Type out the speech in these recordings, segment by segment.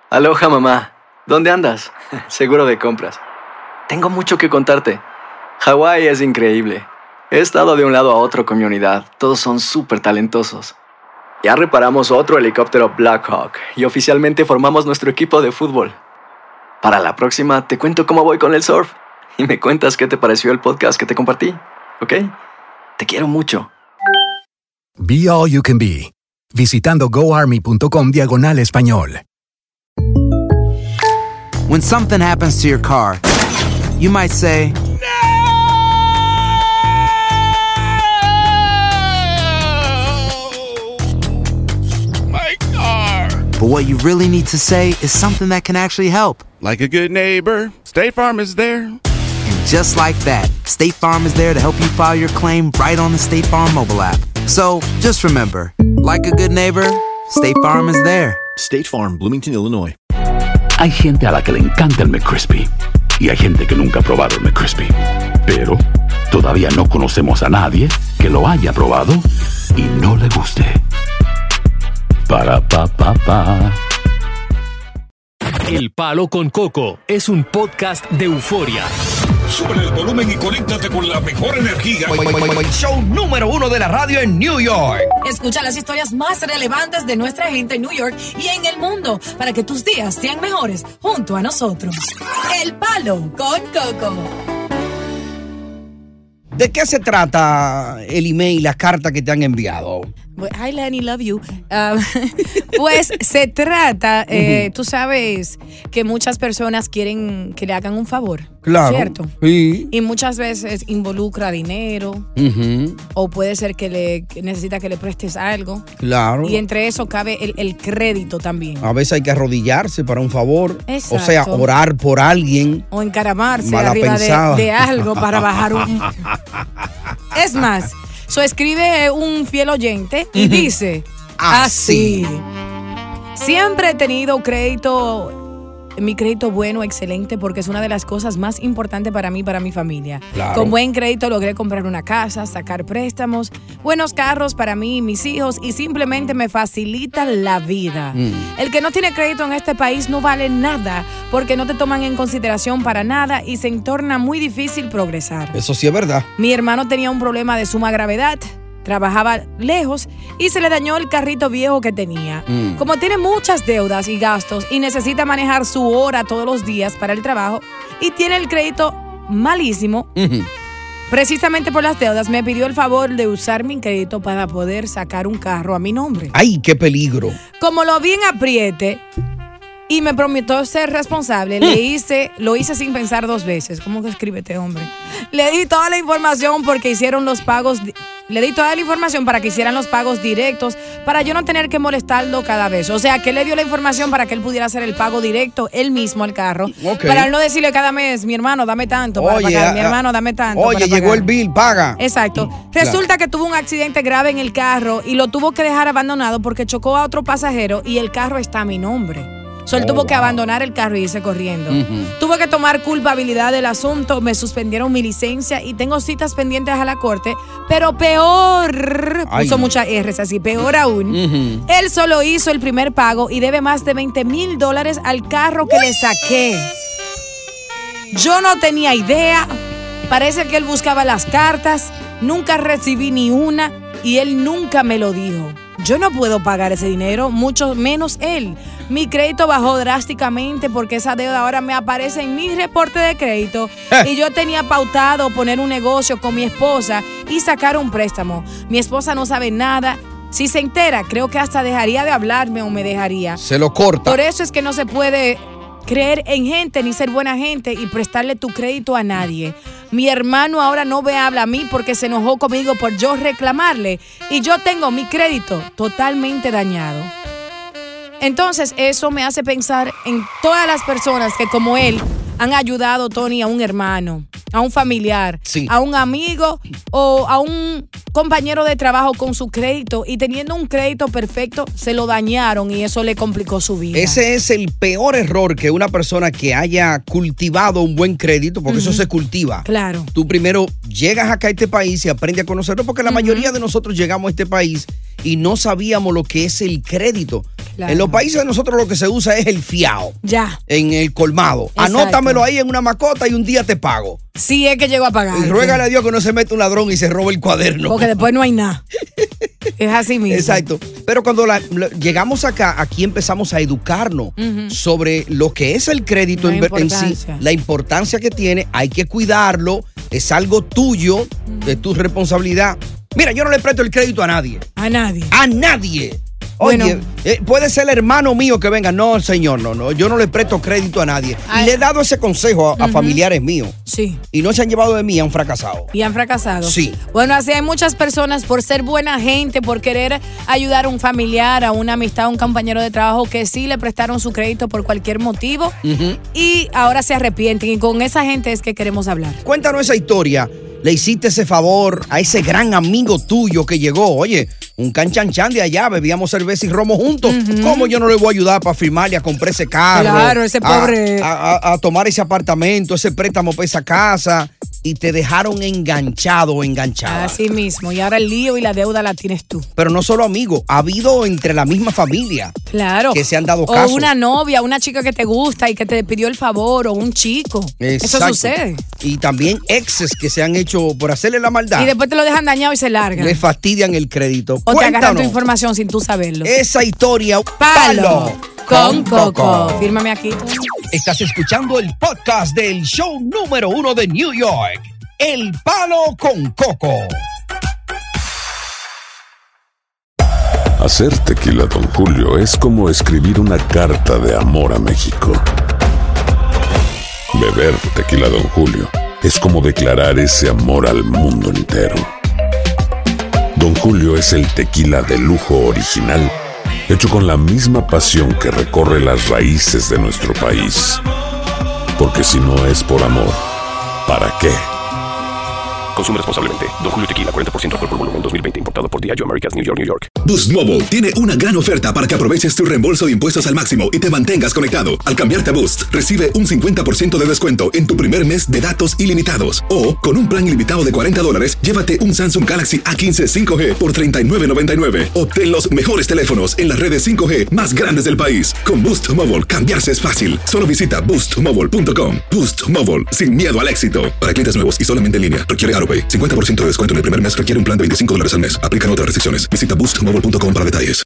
Aloha, mamá. ¿Dónde andas? Seguro de compras. Tengo mucho que contarte. Hawái es increíble. He estado de un lado a otro con mi unidad. Todos son súper talentosos. Ya reparamos otro helicóptero Blackhawk y oficialmente formamos nuestro equipo de fútbol. Para la próxima te cuento cómo voy con el surf y me cuentas qué te pareció el podcast que te compartí, ¿ok? Te quiero mucho. Be All You Can Be, visitando goarmy.com/español. When something happens to your car, you might say, but what you really need to say is something that can actually help. Like a good neighbor, State Farm is there. And just like that, State Farm is there to help you file your claim right on the State Farm mobile app. So just remember, like a good neighbor, State Farm is there. State Farm, Bloomington, Illinois. Hay gente a la que le encanta el McCrispy y hay gente que nunca ha probado el McCrispy. Pero todavía no conocemos a nadie que lo haya probado y no le guste. Para pa pa pa. El Palo con Coco es un podcast de euforia. Sube el volumen y conéctate con la mejor energía. Show número 1 de la radio en New York. Escucha las historias más relevantes de nuestra gente en New York y en el mundo para que tus días sean mejores junto a nosotros. El Palo con Coco. ¿De qué se trata el email, la carta que te han enviado? Hi, Lenny, love you. Pues se trata, tú sabes que muchas personas quieren que le hagan un favor. Claro. ¿Cierto? Sí. Y muchas veces involucra dinero. O puede ser que necesita que le prestes algo. Claro. Y entre eso cabe el crédito también. A veces hay que arrodillarse para un favor. Exacto. O sea, orar por alguien. O encaramarse Mala arriba de algo pensada. para bajar un... Es más, escribe un fiel oyente y dice así. Siempre he tenido mi crédito bueno, excelente, porque es una de las cosas más importantes para mí y para mi familia. Claro. Con buen crédito logré comprar una casa, sacar préstamos, buenos carros para mí y mis hijos y simplemente me facilita la vida. El que no tiene crédito en este país no vale nada porque no te toman en consideración para nada y se torna muy difícil progresar. Eso sí es verdad. Mi hermano tenía un problema de suma gravedad. Trabajaba lejos y se le dañó el carrito viejo que tenía. Como tiene muchas deudas y gastos y necesita manejar su hora todos los días para el trabajo y tiene el crédito malísimo, precisamente por las deudas, me pidió el favor de usar mi crédito para poder sacar un carro a mi nombre. ¡Ay, qué peligro! Como lo vi en apriete y me prometió ser responsable, lo hice sin pensar 2 veces. ¿Cómo que escribe este hombre? Le di toda la información porque hicieron los pagos... Le di toda la información para que hicieran los pagos directos, para yo no tener que molestarlo cada vez. O sea, que le dio la información para que él pudiera hacer el pago directo él mismo al carro. Okay. Para no decirle cada mes, mi hermano, dame tanto para pagar. Mi hermano, dame tanto Oye, para llegó pagar. el bill, paga. Exacto. Resulta que tuvo un accidente grave en el carro y lo tuvo que dejar abandonado porque chocó a otro pasajero y el carro está a mi nombre. Él tuvo que abandonar el carro y irse corriendo. Tuve que tomar culpabilidad del asunto, me suspendieron mi licencia y tengo citas pendientes a la corte, pero peor, puso muchas R's así, peor aún, él solo hizo el primer pago y debe más de $20,000 al carro que le saqué. Yo no tenía idea, parece que él buscaba las cartas, nunca recibí ni una y él nunca me lo dijo. Yo no puedo pagar ese dinero, mucho menos él. Mi crédito bajó drásticamente porque esa deuda ahora me aparece en mi reporte de crédito y yo tenía pautado poner un negocio con mi esposa y sacar un préstamo. Mi esposa no sabe nada. Si se entera, creo que hasta dejaría de hablarme o me dejaría. Se lo corta. Por eso es que no se puede creer en gente ni ser buena gente y prestarle tu crédito a nadie. Mi hermano ahora no me habla a mí porque se enojó conmigo por yo reclamarle y yo tengo mi crédito totalmente dañado. Entonces eso me hace pensar en todas las personas que como él han ayudado, Tony, a un hermano, a un familiar, a un amigo o a un compañero de trabajo con su crédito y teniendo un crédito perfecto se lo dañaron y eso le complicó su vida. Ese es el peor error que una persona que haya cultivado un buen crédito, porque eso se cultiva. Claro. Tú primero llegas acá a este país y aprendes a conocerlo porque la mayoría de nosotros llegamos a este país y no sabíamos lo que es el crédito. Claro. En los países de nosotros lo que se usa es el fiao. Ya. En el colmado. Exacto. Anótamelo ahí en una macota y un día te pago. Sí, es que llego a pagar. Y ruégale a Dios que no se mete un ladrón y se robe el cuaderno. Porque después no hay nada. Es así mismo. Exacto. Pero cuando llegamos acá, aquí empezamos a educarnos sobre lo que es el crédito en sí, la importancia que tiene, hay que cuidarlo, es algo tuyo, es tu responsabilidad. Mira, yo no le presto el crédito a nadie. A nadie. A nadie. Oye, bueno, puede ser el hermano mío que venga. No, señor, no. Yo no le presto crédito a nadie. Y le he dado ese consejo a familiares míos. Sí. Y no se han llevado de mí, han fracasado. ¿Y han fracasado? Sí. Bueno, así hay muchas personas por ser buena gente, por querer ayudar a un familiar, a una amistad, a un compañero de trabajo que sí le prestaron su crédito por cualquier motivo y ahora se arrepienten. Y con esa gente es que queremos hablar. Cuéntanos esa historia. Le hiciste ese favor a ese gran amigo tuyo que llegó. Oye, un canchanchan de allá, bebíamos cerveza y romo juntos. ¿Cómo yo no le voy a ayudar para firmarle, a comprar ese carro? Claro, ese pobre. A tomar ese apartamento, ese préstamo para esa casa. Y te dejaron enganchado o enganchada. Así mismo. Y ahora el lío y la deuda la tienes tú. Pero no solo amigos, ha habido entre la misma familia. Claro. Que se han dado casos. O una novia, una chica que te gusta y que te pidió el favor, o un chico. Exacto. Eso sucede. Y también exes que se han hecho por hacerle la maldad. Y después te lo dejan dañado y se largan. Le fastidian el crédito. O te agarran tu información sin tú saberlo. Esa historia. Palo con Coco. Fírmame aquí. Estás escuchando el podcast del show número 1 de New York. El Palo con Coco. Hacer tequila Don Julio es como escribir una carta de amor a México. Beber tequila Don Julio es como declarar ese amor al mundo entero. Don Julio es el tequila de lujo original, hecho con la misma pasión que recorre las raíces de nuestro país. Porque si no es por amor, ¿para qué? Consume responsablemente. Don Julio Tequila, 40% alcohol por volumen, 2020. Importado por Diageo Americas, New York, New York. Boost Mobile tiene una gran oferta para que aproveches tu reembolso de impuestos al máximo y te mantengas conectado. Al cambiarte a Boost, recibe un 50% de descuento en tu primer mes de datos ilimitados. O, con un plan ilimitado de $40, llévate un Samsung Galaxy A15 5G por $39.99. Obtén los mejores teléfonos en las redes 5G más grandes del país. Con Boost Mobile, cambiarse es fácil. Solo visita boostmobile.com. Boost Mobile, sin miedo al éxito. Para clientes nuevos y solamente en línea, requiere AroPay. 50% de descuento en el primer mes, requiere un plan de $25 al mes. Aplican otras restricciones. Visita boostmobile.com para detalles.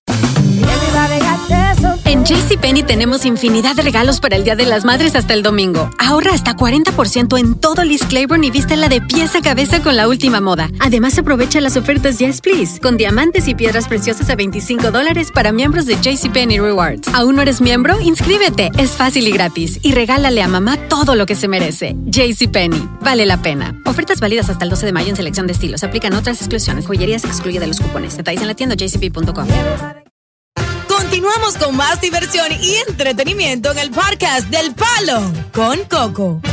En JCPenney tenemos infinidad de regalos para el Día de las Madres hasta el domingo. Ahorra hasta 40% en todo Liz Claiborne y vístela de pies a cabeza con la última moda. Además, aprovecha las ofertas Yes Please, con diamantes y piedras preciosas a $25 para miembros de JCPenney Rewards. ¿Aún no eres miembro? Inscríbete. Es fácil y gratis. Y regálale a mamá todo lo que se merece. JCPenney. Vale la pena. Ofertas válidas hasta el 12 de mayo en selección de estilos. Aplican otras exclusiones. Joyería se excluye de los cupones. Detalles en la tienda jcp.com. Continuamos con más diversión y entretenimiento en el podcast del Palo con Coco.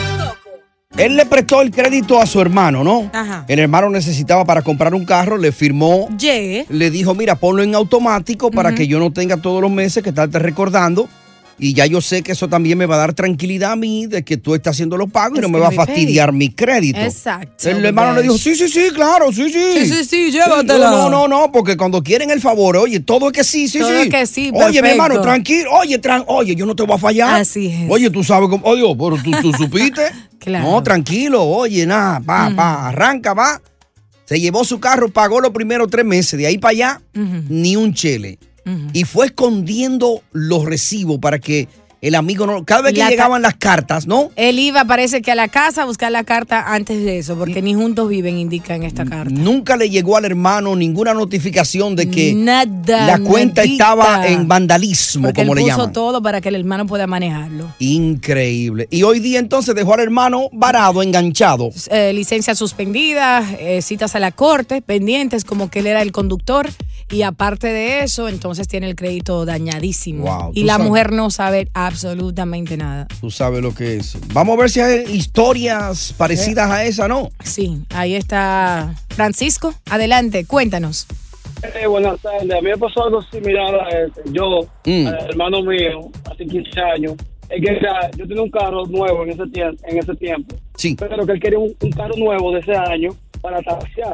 Él le prestó el crédito a su hermano, ¿no? Ajá. El hermano necesitaba para comprar un carro, le firmó, le dijo, mira, ponlo en automático para que yo no tenga todos los meses que estarte recordando. Y ya yo sé que eso también me va a dar tranquilidad a mí de que tú estás haciendo los pagos y no me va a fastidiar mi crédito. Exacto. El hermano le dijo, sí, claro, sí. Sí, llévatela. No, porque cuando quieren el favor, oye, todo es que sí. Todo es que sí, oye, perfecto. mi hermano, tranquilo, oye, yo no te voy a fallar. Así es. Oye, tú sabes cómo, oye, pero tú supiste. Claro. No, tranquilo, oye, nada, arranca, va. Se llevó su carro, pagó los primeros 3 meses, de ahí para allá, ni un chele. Y fue escondiendo los recibos para que el amigo no... Cada vez que llegaban las cartas, ¿no? Él iba, parece que a la casa a buscar la carta antes de eso, porque ni juntos viven, indica en esta carta. Nunca le llegó al hermano ninguna notificación de que nada, la cuenta estaba en vandalismo, porque como él le puso llaman. todo para que el hermano pueda manejarlo. Increíble. Y hoy día entonces dejó al hermano varado, enganchado. Licencia suspendida, citas a la corte, pendientes, como que él era el conductor. Y aparte de eso, entonces tiene el crédito dañadísimo. Wow, y la mujer no sabe absolutamente nada. Tú sabes lo que es. Vamos a ver si hay historias parecidas a esa, ¿no? Sí, ahí está Francisco. Adelante, cuéntanos. Buenas tardes. A mí me pasó algo similar a yo, al hermano mío, hace 15 años. Es que yo tenía un carro nuevo en ese tiempo. Sí. Pero que él quería un carro nuevo de ese año para taxiar.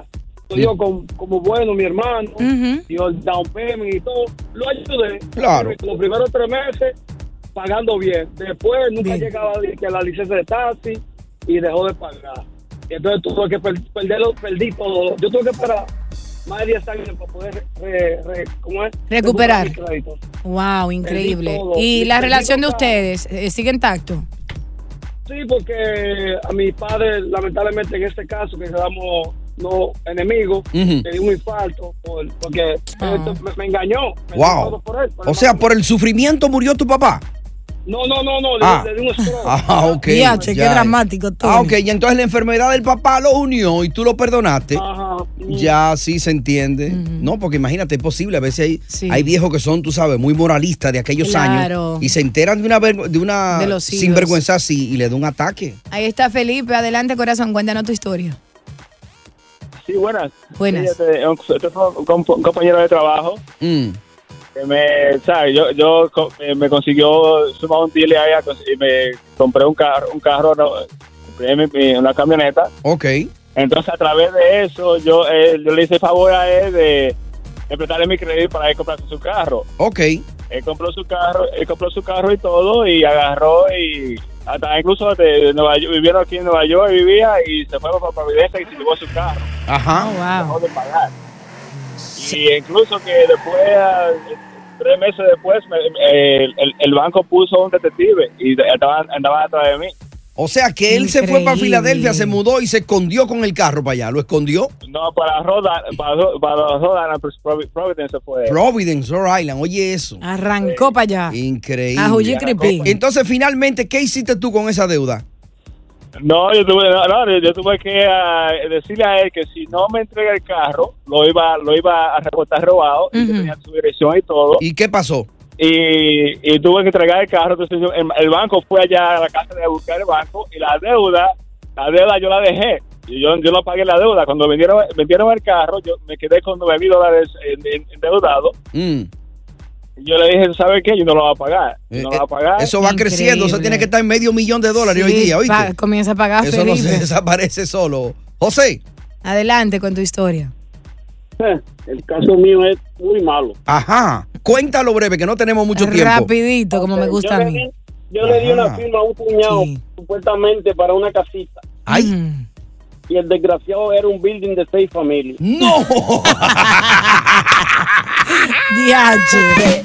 Yo como bueno, mi hermano, dio el down payment y todo, lo ayudé. Claro. Los primeros 3 meses pagando bien. Después nunca llegaba a la licencia de taxi y dejó de pagar. Y entonces tuve que perdí todo. Yo tuve que esperar más de 10 años para poder recuperar. Wow, increíble. ¿Y la relación de ustedes sigue intacto? Sí, porque a mi padre, lamentablemente en este caso, que quedamos enemigos, le dio un infarto porque me engañó. Wow. O sea, por el sufrimiento murió tu papá. No, le dio un stroke. Ok. Qué dramático todo. Ok, y entonces la enfermedad del papá lo unió y tú lo perdonaste. Ajá. Ya sí se entiende. No, porque imagínate, es posible. A veces hay viejos que son, tú sabes, muy moralistas de aquellos años y se enteran de una sinvergüenza así y le da un ataque. Ahí está Felipe. Adelante, corazón, cuéntanos tu historia. Sí, buenas. Buenas. Este fue un compañero de trabajo. Me consiguió sumar un deal ahí y me compré un carro, una camioneta. Ok. Entonces, a través de eso, yo le hice favor a él de prestarle mi crédito para él comprarse su carro. Ok. Él compró su carro y todo, y agarró y hasta incluso de Nueva York, vivieron aquí en Nueva York, vivía y se fue para Providencia y se llevó su carro. Ajá. Dejó de pagar. Y incluso que después, 3 meses después, el banco puso un detective y andaba atrás de mí. O sea que él se fue para Filadelfia, se mudó y se escondió con el carro para allá. ¿Lo escondió? No, para Rhode Island, Providence fue. Providence, Rhode Island. Oye eso. Arrancó para allá. Increíble. A Juji Creepy. Entonces, finalmente, ¿qué hiciste tú con esa deuda? No, yo tuve que decirle a él que si no me entrega el carro, lo iba a reportar robado, y tenía su dirección y todo. ¿Y qué pasó? Y tuve que entregar el carro. Entonces el banco fue allá a la casa de buscar el banco, y la deuda yo la dejé. Y yo no pagué la deuda. Cuando vendieron el carro, yo me quedé con $9,000 endeudado. Yo le dije, ¿sabes qué? Yo no lo voy a pagar. Eso va creciendo. Eso tiene que estar en $500,000 hoy día, ¿oíste? Comienza a pagar. Eso Felipe. no se desaparece solo. José. Adelante con tu historia. El caso mío es muy malo. Ajá. Cuéntalo breve, que no tenemos mucho tiempo. Rapidito, como me gusta a mí. Yo le di una firma a un cuñado, supuestamente para una casita. ¡Ay! Y el desgraciado era un building de 6 familias. ¡No! ¡Diache!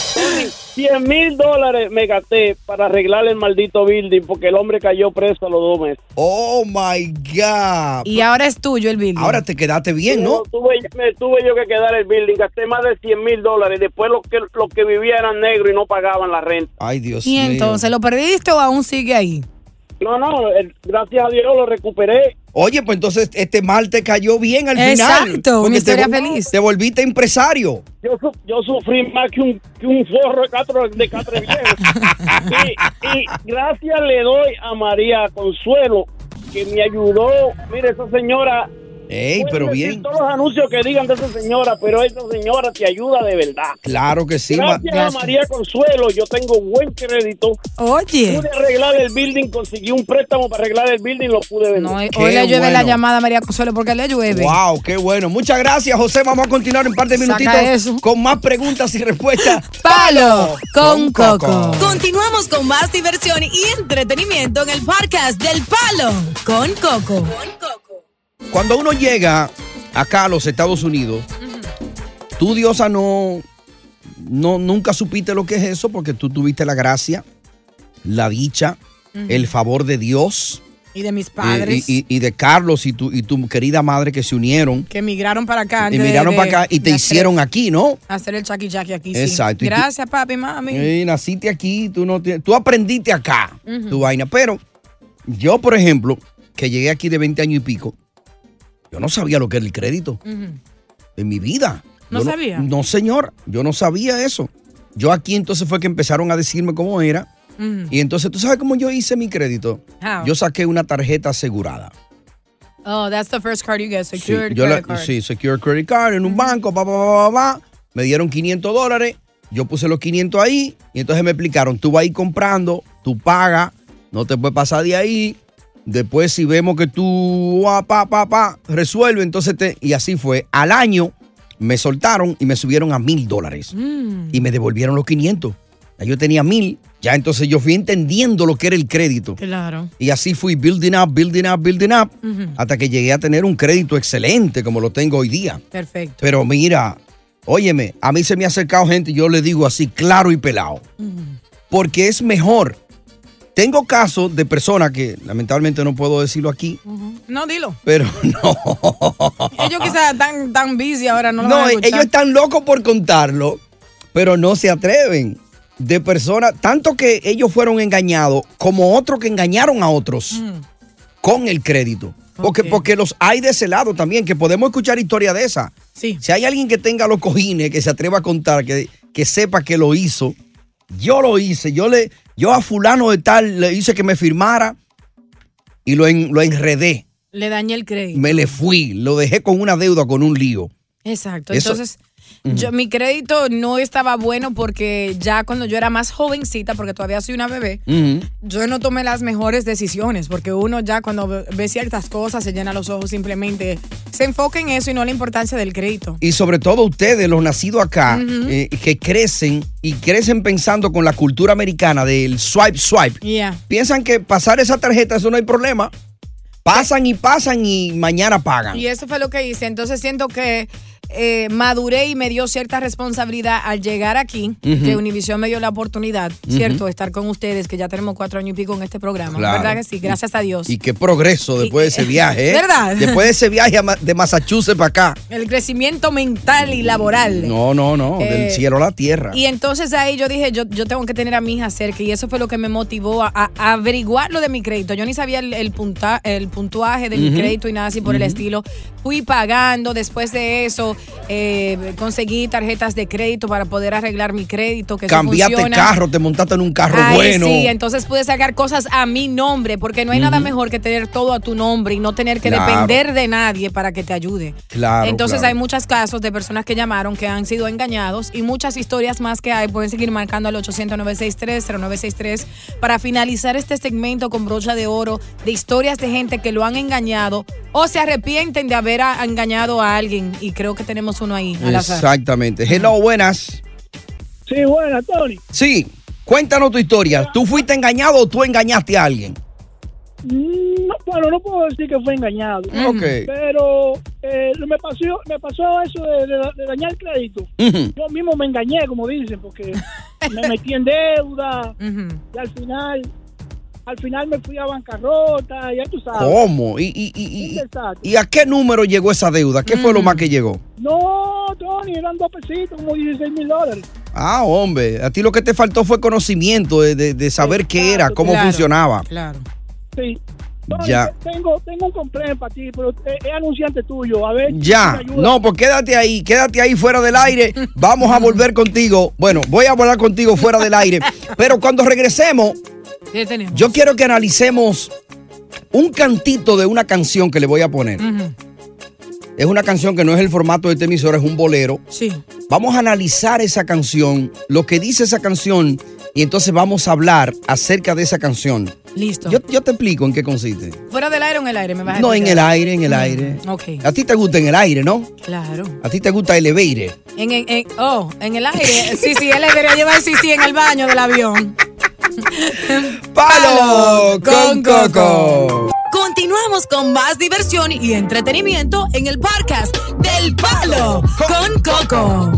$100,000 me gasté para arreglar el maldito building porque el hombre cayó preso a los 2 meses. ¡Oh, my God! Y ahora es tuyo el building. Ahora te quedaste bien, ¿no? Me tuve yo que quedar el building. Gasté más de $100,000. Después los que vivían eran negros y no pagaban la renta. Ay, Dios mío. ¿Y entonces lo perdiste o aún sigue ahí? No, gracias a Dios lo recuperé. Oye, pues entonces este mal te cayó bien al final. Exacto, una historia feliz. Te volviste empresario. Yo sufrí más que un forro de catre viejo. y gracias le doy a María Consuelo, que me ayudó. Mire, esa señora... pero bien. Todos los anuncios que digan de esa señora, pero esa señora te ayuda de verdad. Claro que sí. Gracias a María Consuelo, yo tengo buen crédito. Oye. Pude arreglar el building, conseguí un préstamo para arreglar el building, lo pude vender. No, hoy le llueve la llamada a María Consuelo porque le llueve. Wow, qué bueno. Muchas gracias, José. Vamos a continuar en un par de minutitos con más preguntas y respuestas. Palo con Coco. Continuamos con más diversión y entretenimiento en el podcast del Palo con Coco. Cuando uno llega acá a los Estados Unidos, tú, Diosa, nunca supiste lo que es eso porque tú tuviste la gracia, la dicha, el favor de Dios. Y de mis padres. Y de Carlos y tu querida madre que se unieron. Que emigraron para acá. Y te hicieron aquí, ¿no? Hacer el chaki chaki aquí, exacto. Sí. Gracias, papi, mami. Naciste aquí, tú aprendiste acá tu vaina. Pero yo, por ejemplo, que llegué aquí de 20 años y pico, yo no sabía lo que era el crédito en mi vida. ¿No sabía? No, señor, yo no sabía eso. Yo aquí entonces fue que empezaron a decirme cómo era. Y entonces, ¿tú sabes cómo yo hice mi crédito? How? Yo saqué una tarjeta asegurada. Oh, that's the first card you get, secured credit card. Sí, secured credit card en un banco, me dieron $500, yo puse los 500 ahí y entonces me explicaron, tú vas a ir comprando, tú pagas, no te puedes pasar de ahí. Después si vemos que tú resuelve, entonces y así fue. Al año me soltaron y me subieron a $1,000 y me devolvieron los 500. Ya yo tenía 1,000, ya entonces yo fui entendiendo lo que era el crédito. Claro. Y así fui building up, hasta que llegué a tener un crédito excelente como lo tengo hoy día. Perfecto. Pero mira, óyeme, a mí se me ha acercado gente y yo le digo así, claro y pelado. Porque es mejor. Tengo casos de personas que lamentablemente no puedo decirlo aquí. No, dilo. Pero no. Ellos quizás están tan busy ahora, no lo van a escuchar. Ellos están locos por contarlo, pero no se atreven. De personas, tanto que ellos fueron engañados, como otros que engañaron a otros con el crédito. Porque los hay de ese lado también, que podemos escuchar historias de esas. Sí. Si hay alguien que tenga los cojines, que se atreva a contar, que sepa que lo hizo. Yo lo hice, yo a fulano de tal le hice que me firmara y lo enredé. Le dañé el crédito. Me le fui, lo dejé con una deuda, con un lío. Exacto, entonces mi crédito no estaba bueno porque ya cuando yo era más jovencita, porque todavía soy una bebé, yo no tomé las mejores decisiones, porque uno ya cuando ve ciertas cosas se llena los ojos, simplemente se enfoca en eso y no en la importancia del crédito. Y sobre todo ustedes, los nacidos acá, que crecen pensando con la cultura americana del swipe. Yeah. Piensan que pasar esa tarjeta, eso no hay problema. Pasan y mañana pagan. Y eso fue lo que hice. Entonces siento que maduré y me dio cierta responsabilidad al llegar aquí, que Univision me dio la oportunidad, ¿cierto? De estar con ustedes, que ya tenemos 4 años y pico en este programa. Claro. ¿Verdad que sí? Gracias a Dios. Y qué progreso después de ese viaje, ¿eh? ¿Verdad? Después de ese viaje de Massachusetts para acá. El crecimiento mental y laboral. No, del cielo a la tierra. Y entonces ahí yo dije, yo tengo que tener a mi hija cerca, y eso fue lo que me motivó a averiguar lo de mi crédito. Yo ni sabía el puntuaje de mi crédito y nada así por el estilo. Fui pagando, después de eso conseguí tarjetas de crédito para poder arreglar mi crédito. Que cambiaste carro, te montaste en un carro bueno. Sí, entonces pude sacar cosas a mi nombre, porque no hay nada mejor que tener todo a tu nombre y no tener que depender de nadie para que te ayude. Claro. Entonces hay muchos casos de personas que llamaron que han sido engañados y muchas historias más que hay. Pueden seguir marcando al 800-963-0963 para finalizar este segmento con brocha de oro de historias de gente que lo han engañado o se arrepienten de haber engañado a alguien, y creo que tenemos uno ahí al azar. Exactamente. Hello, buenas. Sí, buenas, Tony. Sí, cuéntanos tu historia. ¿Tú fuiste engañado o tú engañaste a alguien? No, bueno, no puedo decir que fue engañado. Okay. Pero me pasó eso de dañar el crédito. Yo mismo me engañé, como dicen, porque me metí en deuda y al final me fui a bancarrota, ya tú sabes. ¿Cómo? ¿Y a qué número llegó esa deuda? ¿Qué fue lo más que llegó? No, Tony, eran 2 pesitos, como $16,000. Ah, hombre, a ti lo que te faltó fue conocimiento de saber qué era, cómo funcionaba. Claro. Sí. Tony, ya. Tengo un complaint para ti, pero es anunciante tuyo. A ver. Ya. No, pues quédate ahí fuera del aire. Vamos a volver contigo. Bueno, voy a hablar contigo fuera del aire. Pero cuando regresemos, yo quiero que analicemos un cantito de una canción que le voy a poner. Es una canción que no es el formato de este emisor, es un bolero. Sí. Vamos a analizar esa canción, lo que dice esa canción, y entonces vamos a hablar acerca de esa canción. Listo. Yo te explico en qué consiste. ¿Fuera del aire o en el aire? ¿Me vas a No, explicar? en el aire. Ok. A ti te gusta en el aire, ¿no? Claro. A ti te gusta elevator. En el aire. Sí, él debería llevar sí en el baño del avión. Palo con Coco. Continuamos con más diversión y entretenimiento en el podcast del Palo con Coco.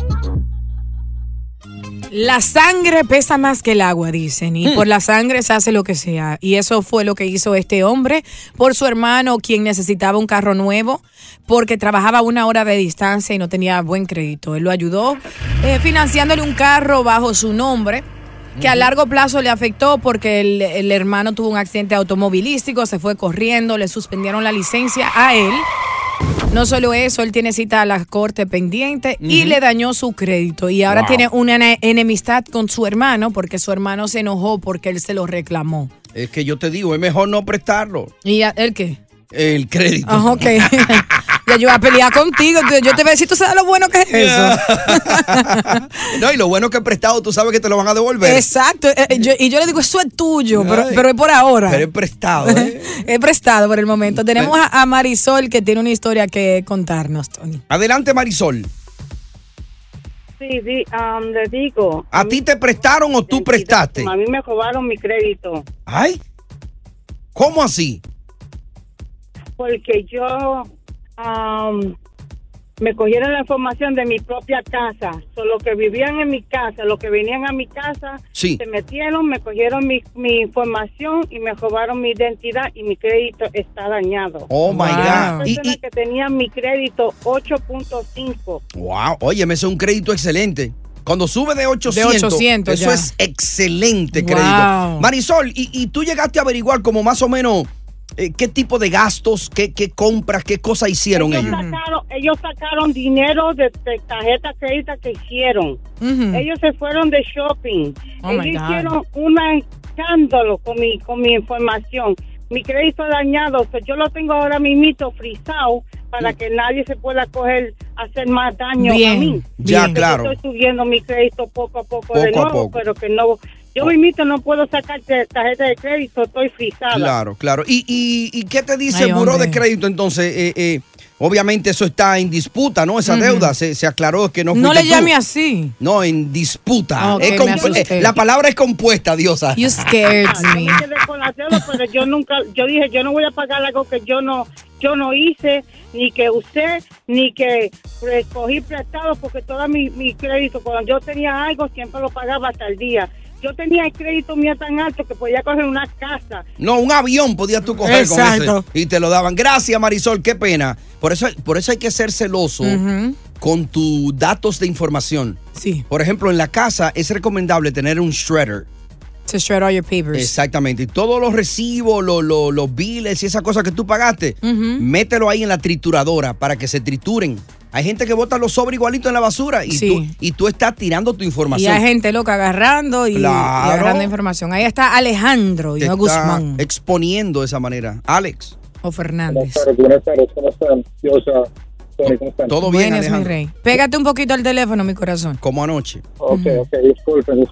La sangre pesa más que el agua, dicen, y por la sangre se hace lo que sea. Y eso fue lo que hizo este hombre por su hermano, quien necesitaba un carro nuevo porque trabajaba 1 hora de distancia y no tenía buen crédito. Él lo ayudó financiándole un carro bajo su nombre, que a largo plazo le afectó porque el hermano tuvo un accidente automovilístico, se fue corriendo, le suspendieron la licencia a él. No solo eso, él tiene cita a la corte pendiente y le dañó su crédito. Y ahora tiene una enemistad con su hermano porque su hermano se enojó porque él se lo reclamó. Es que yo te digo, es mejor no prestarlo. ¿Y él qué? El crédito. Ok. Ya yo voy a pelear contigo. Yo te voy a decir, ¿tú sabes lo bueno que es eso? No, y lo bueno que es prestado, tú sabes que te lo van a devolver. Exacto. Y yo le digo, eso es tuyo, pero es por ahora. Pero es prestado, Es prestado por el momento. Tenemos a Marisol que tiene una historia que contarnos, Tony. Adelante, Marisol. Sí, le digo. ¿A ti te prestaron o tú prestaste? A mí me robaron mi crédito. Ay, ¿cómo así? Porque yo me cogieron la información de mi propia casa. Solo que vivían en mi casa, los que venían a mi casa, sí, se metieron, me cogieron mi información y me robaron mi identidad y mi crédito está dañado. Oh, my God. Persona que tenía mi crédito 8.5. Wow, oye, me es un crédito excelente. Cuando sube de 800 eso ya es excelente crédito. Wow. Marisol, ¿y tú llegaste a averiguar como más o menos qué tipo de gastos, qué compras, qué cosas hicieron ellos? Ellos sacaron dinero de tarjeta crédito que hicieron. Ellos se fueron de shopping. Ellos hicieron un escándalo con mi información. Mi crédito dañado, pues yo lo tengo ahora mismito frisado para que nadie se pueda hacer más daño a mí. Ya, claro. Estoy subiendo mi crédito poco a poco de nuevo, pero que no... Yo mismito no puedo sacar tarjeta de crédito, estoy frisada. Claro. ¿Y qué te dice el buró de crédito entonces? Obviamente eso está en disputa, ¿no? Esa deuda se aclaró que no fuiste No le tú. llame así. No, en disputa. Okay, la palabra es compuesta, Diosa. You scared me. Yo me quedé con la deuda, pero yo dije, yo no voy a pagar algo que yo no hice, ni que usé, ni que cogí prestado, porque todo mi crédito, cuando yo tenía algo, siempre lo pagaba hasta el día. Yo tenía el crédito mío tan alto que podía coger una casa. No, un avión podías tú coger con ese y te lo daban. Gracias, Marisol, qué pena. Por eso hay que ser celoso con tus datos de información. Sí. Por ejemplo, en la casa es recomendable tener un shredder. To shred all your papers. Exactamente. Y todos los recibos, los biles y esas cosas que tú pagaste, mételo ahí en la trituradora para que se trituren. Hay gente que bota los sobres igualitos en la basura y tú estás tirando tu información. Y hay gente loca agarrando y agarrando información. Ahí está Alejandro y no Guzmán. Exponiendo de esa manera. Alex. O Fernández. Buenas tardes, ¿cómo están? Diosa, Tony, ¿cómo están? Todo bien, Buenas, mi rey. Pégate un poquito al teléfono, mi corazón. Como anoche. Ok, disculpen.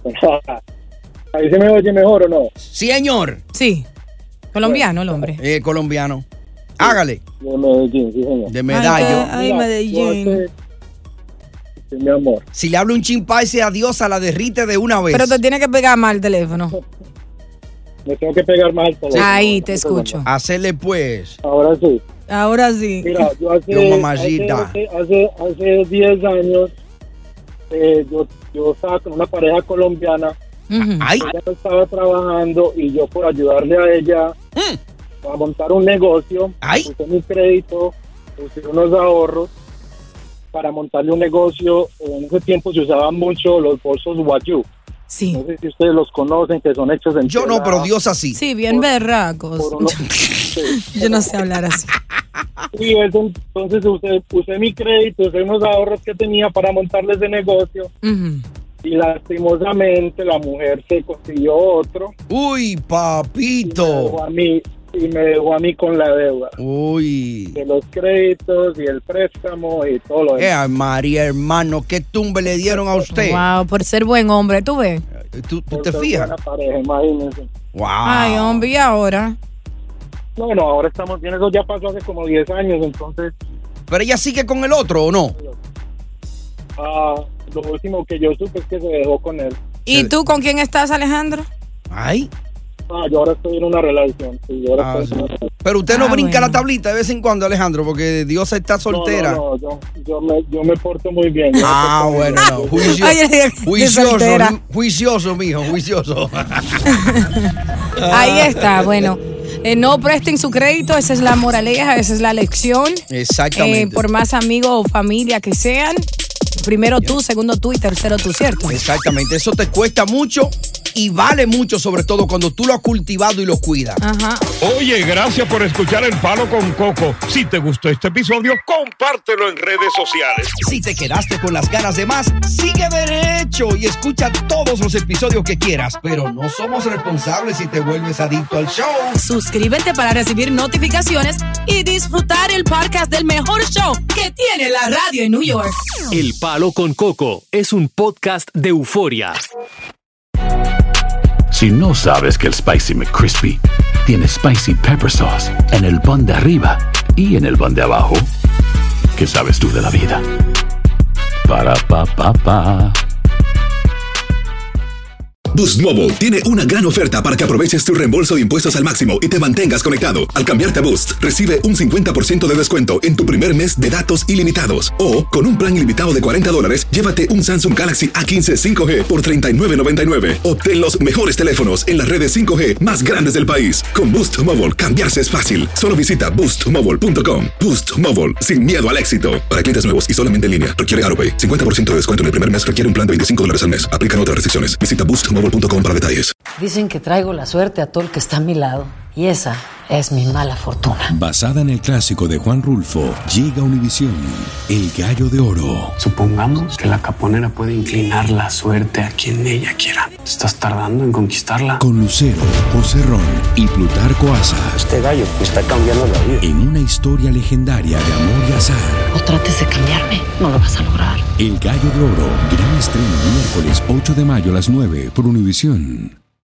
¿Ahí se me oye mejor o no? Sí, señor. Sí. Colombiano el hombre. Colombiano. Hágale. De Medellín, sí, señor. De Medallo. Ay, Medellín. Sí, mi amor. Si le habla un chimpancé a Diosa, la derrite de una vez. Pero te tiene que pegar más el teléfono. Me tengo que pegar más el teléfono. Ahí te escucho. Hacerle pues. Ahora sí. Ahora sí. Mira, yo hace 10 años yo estaba con una pareja colombiana. Ella estaba trabajando y yo por ayudarle a ella a montar un negocio, puse mi crédito, puse unos ahorros para montarle un negocio. En ese tiempo se usaban mucho los bolsos Wagyu. Sí. No sé si ustedes los conocen, que son hechos en Yo tela. no, pero Dios así. Sí, bien berracos. Yo no sé hablar así. Y eso, entonces usé mi crédito, usé unos ahorros que tenía para montarle ese negocio. Y lastimosamente la mujer se consiguió otro. Uy, papito. Y me dejó a mí con la deuda. Uy. De los créditos y el préstamo y todo lo demás. María, hermano, qué tumbe le dieron a usted. Wow, por ser buen hombre, ¿tú ves? ¿Tú te fijas? Buena pareja, imagínense. Wow. Ay, hombre, ¿y ahora? No, ahora estamos bien. Eso ya pasó hace como 10 años, entonces. ¿Pero ella sigue con el otro o no? Lo último que yo supe es que se dejó con él. ¿Y tú con quién estás, Alejandro? Ay. Yo ahora estoy en una relación. Sí, Pero usted no brinca la tablita de vez en cuando, Alejandro, porque Diosa está soltera. No, yo me porto muy bien. Bueno, no. Juicioso, mijo, juicioso. Ahí está, bueno. No presten su crédito, esa es la moraleja, esa es la lección. Exactamente. Por más amigos o familia que sean, primero tú, segundo tú y tercero tú, ¿cierto? Exactamente, eso te cuesta mucho y vale mucho, sobre todo cuando tú lo has cultivado y lo cuidas. Ajá. Oye, gracias por escuchar El Palo con Coco. Si te gustó este episodio, compártelo en redes sociales. Si te quedaste con las ganas de más, sigue derecho y escucha todos los episodios que quieras. Pero no somos responsables si te vuelves adicto al show. Suscríbete para recibir notificaciones y disfrutar el podcast del mejor show que tiene la radio en New York. El Palo con Coco es un podcast de Euforia. Si no sabes que el Spicy McCrispy tiene Spicy Pepper Sauce en el pan de arriba y en el pan de abajo, ¿qué sabes tú de la vida? Para, pa, pa, pa. Boost Mobile tiene una gran oferta para que aproveches tu reembolso de impuestos al máximo y te mantengas conectado. Al cambiarte a Boost, recibe un 50% de descuento en tu primer mes de datos ilimitados. O, con un plan ilimitado de $40, llévate un Samsung Galaxy A15 5G por $39.99. Obtén los mejores teléfonos en las redes 5G más grandes del país. Con Boost Mobile, cambiarse es fácil. Solo visita boostmobile.com. Boost Mobile, sin miedo al éxito. Para clientes nuevos y solamente en línea, requiere AutoPay. 50% de descuento en el primer mes requiere un plan de $25 al mes. Aplican otras restricciones. Visita boostmobile.com para detalles. Dicen que traigo la suerte a todo el que está a mi lado. Y esa es mi mala fortuna. Basada en el clásico de Juan Rulfo, llega Univisión, El Gallo de Oro. Supongamos que la caponera puede inclinar la suerte a quien ella quiera. ¿Estás tardando en conquistarla? Con Lucero, José Ron y Plutarco Asa. Este gallo me está cambiando la vida. En una historia legendaria de amor y azar. No trates de cambiarme, no lo vas a lograr. El Gallo de Oro, gran estreno miércoles 8 de mayo a las 9 por Univisión.